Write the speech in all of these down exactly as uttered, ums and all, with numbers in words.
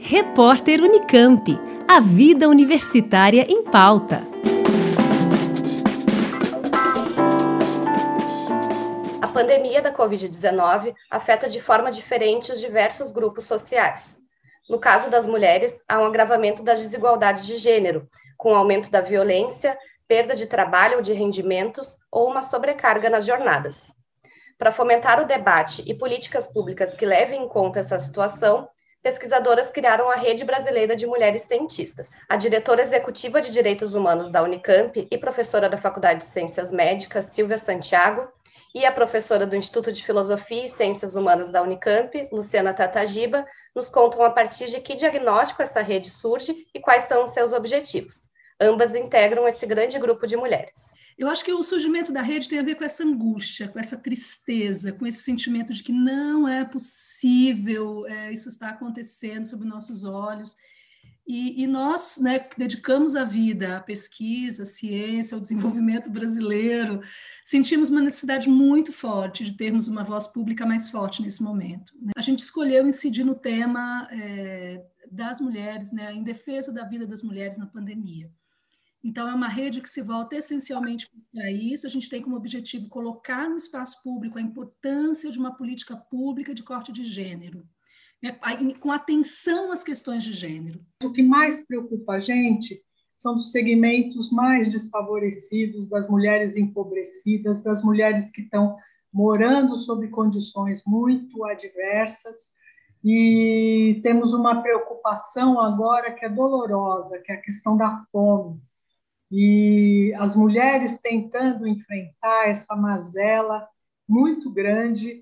Repórter Unicamp. A vida universitária em pauta. A pandemia da covid dezenove afeta de forma diferente os diversos grupos sociais. No caso das mulheres, há um agravamento das desigualdades de gênero, com aumento da violência, perda de trabalho ou de rendimentos ou uma sobrecarga nas jornadas. Para fomentar o debate e políticas públicas que levem em conta essa situação, pesquisadoras criaram a Rede Brasileira de Mulheres Cientistas. A diretora executiva de Direitos Humanos da Unicamp e professora da Faculdade de Ciências Médicas, Silvia Santiago, e a professora do Instituto de Filosofia e Ciências Humanas da Unicamp, Luciana Tatagiba, nos contam a partir de que diagnóstico essa rede surge e quais são os seus objetivos. Ambas integram esse grande grupo de mulheres. Eu acho que o surgimento da rede tem a ver com essa angústia, com essa tristeza, com esse sentimento de que não é possível é, isso estar acontecendo sob nossos olhos. E, e nós, né, dedicamos a vida à pesquisa, à ciência, ao desenvolvimento brasileiro, sentimos uma necessidade muito forte de termos uma voz pública mais forte nesse momento, né? A gente escolheu incidir no tema é, das mulheres, né, em defesa da vida das mulheres na pandemia. Então, é uma rede que se volta essencialmente para isso. A gente tem como objetivo colocar no espaço público a importância de uma política pública de corte de gênero, né, com atenção às questões de gênero. O que mais preocupa a gente são os segmentos mais desfavorecidos, das mulheres empobrecidas, das mulheres que estão morando sob condições muito adversas. E temos uma preocupação agora que é dolorosa, que é a questão da fome. E as mulheres tentando enfrentar essa mazela muito grande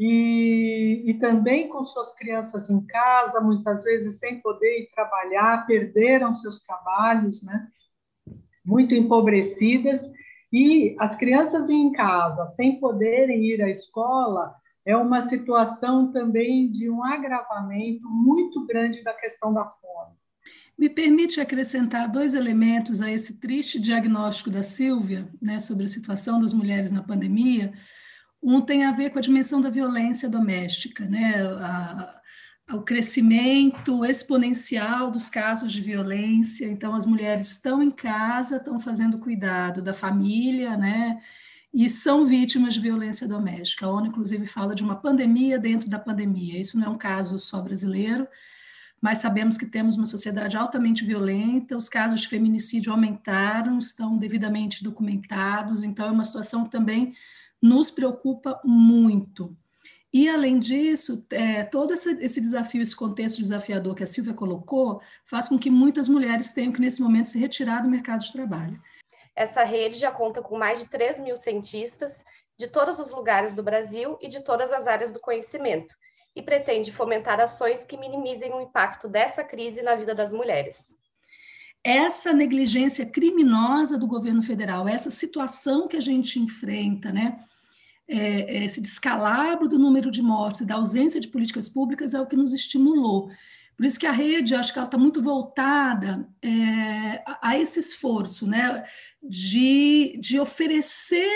e, e também com suas crianças em casa, muitas vezes sem poder ir trabalhar, perderam seus trabalhos, né? Muito empobrecidas, e as crianças em casa, sem poderem ir à escola, é uma situação também de um agravamento muito grande da questão da fome. Me permite acrescentar dois elementos a esse triste diagnóstico da Silvia, né, sobre a situação das mulheres na pandemia. Um tem a ver com a dimensão da violência doméstica, né, a, a, o crescimento exponencial dos casos de violência. Então, as mulheres estão em casa, estão fazendo cuidado da família, né, e são vítimas de violência doméstica. A ONU, inclusive, fala de uma pandemia dentro da pandemia. Isso não é um caso só brasileiro, mas sabemos que temos uma sociedade altamente violenta, os casos de feminicídio aumentaram, estão devidamente documentados, então é uma situação que também nos preocupa muito. E, além disso, é, todo esse, esse desafio, esse contexto desafiador que a Silvia colocou, faz com que muitas mulheres tenham que, nesse momento, se retirar do mercado de trabalho. Essa rede já conta com mais de três mil cientistas de todos os lugares do Brasil e de todas as áreas do conhecimento, e pretende fomentar ações que minimizem o impacto dessa crise na vida das mulheres. Essa negligência criminosa do governo federal, essa situação que a gente enfrenta, né, é, esse descalabro do número de mortes e da ausência de políticas públicas é o que nos estimulou. Por isso que a rede, acho que ela está muito voltada é, a, a esse esforço, né, de, de oferecer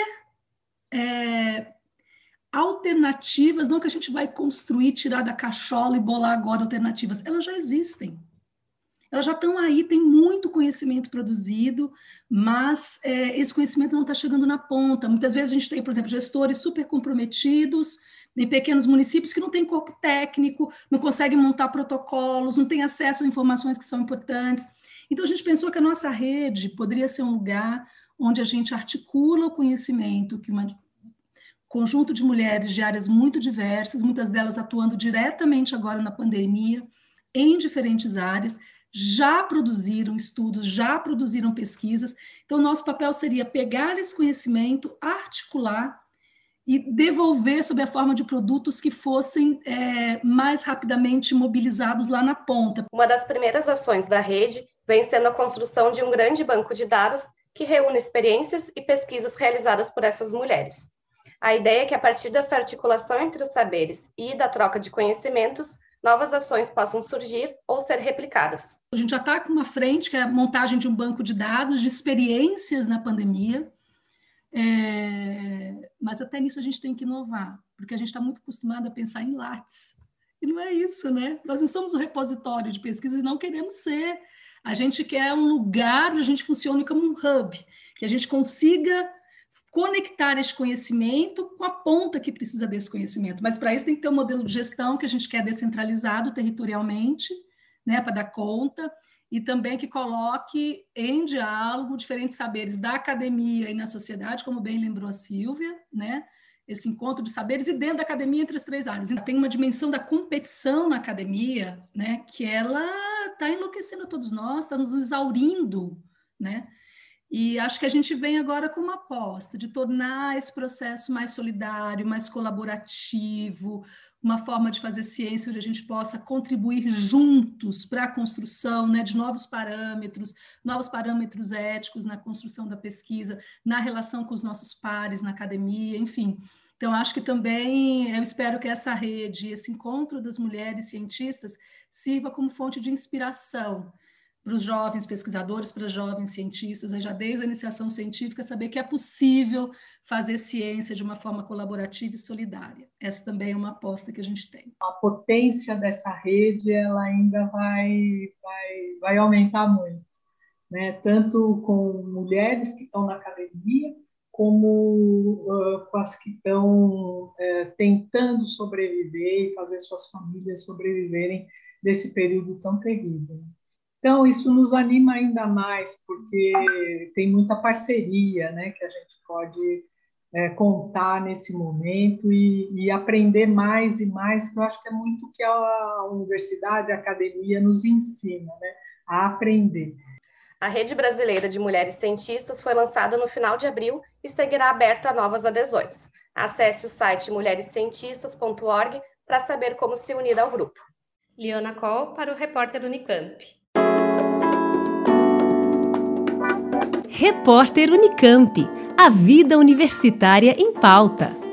é, alternativas, não que a gente vai construir, tirar da cachola e bolar agora alternativas, elas já existem. Elas já estão aí, tem muito conhecimento produzido, mas é, esse conhecimento não está chegando na ponta. Muitas vezes a gente tem, por exemplo, gestores super comprometidos em pequenos municípios que não têm corpo técnico, não conseguem montar protocolos, não têm acesso a informações que são importantes. Então, a gente pensou que a nossa rede poderia ser um lugar onde a gente articula o conhecimento que uma conjunto de mulheres de áreas muito diversas, muitas delas atuando diretamente agora na pandemia, em diferentes áreas, já produziram estudos, já produziram pesquisas. Então, nosso papel seria pegar esse conhecimento, articular e devolver sob a forma de produtos que fossem é, mais rapidamente mobilizados lá na ponta. Uma das primeiras ações da rede vem sendo a construção de um grande banco de dados que reúne experiências e pesquisas realizadas por essas mulheres. A ideia é que, a partir dessa articulação entre os saberes e da troca de conhecimentos, novas ações possam surgir ou ser replicadas. A gente já está com uma frente, que é a montagem de um banco de dados de experiências na pandemia, é... mas até nisso a gente tem que inovar, porque a gente está muito acostumado a pensar em lattes, E não é isso, né? Nós não somos um repositório de pesquisa e não queremos ser. A gente quer um lugar onde a gente funcione como um hub, que a gente consiga conectar esse conhecimento com a ponta que precisa desse conhecimento. Mas para isso tem que ter um modelo de gestão que a gente quer descentralizado territorialmente, né, para dar conta, e também que coloque em diálogo diferentes saberes da academia e na sociedade, como bem lembrou a Silvia, né? Esse encontro de saberes, e dentro da academia entre as três áreas. Tem uma dimensão da competição na academia, né, que ela está enlouquecendo a todos nós, está nos exaurindo, né? E acho que a gente vem agora com uma aposta de tornar esse processo mais solidário, mais colaborativo, uma forma de fazer ciência onde a gente possa contribuir juntos para a construção, né, de novos parâmetros, novos parâmetros éticos na construção da pesquisa, na relação com os nossos pares na academia, enfim. Então, acho que também, eu espero que essa rede, esse encontro das mulheres cientistas, sirva como fonte de inspiração para os jovens pesquisadores, para os jovens cientistas, já desde a iniciação científica, saber que é possível fazer ciência de uma forma colaborativa e solidária. Essa também é uma aposta que a gente tem. A potência dessa rede ela ainda vai, vai, vai aumentar muito, né? Tanto com mulheres que estão na academia, como uh, com as que estão uh, tentando sobreviver e fazer suas famílias sobreviverem desse período tão terrível. Então, isso nos anima ainda mais, porque tem muita parceria, né, que a gente pode é, contar nesse momento e, e aprender mais e mais, que eu acho que é muito o que a universidade, a academia nos ensina, né, a aprender. A Rede Brasileira de Mulheres Cientistas foi lançada no final de abril e seguirá aberta a novas adesões. Acesse o site mulheres cientistas ponto org para saber como se unir ao grupo. Liana Coll para o Repórter Unicamp. Repórter Unicamp. A vida universitária em pauta.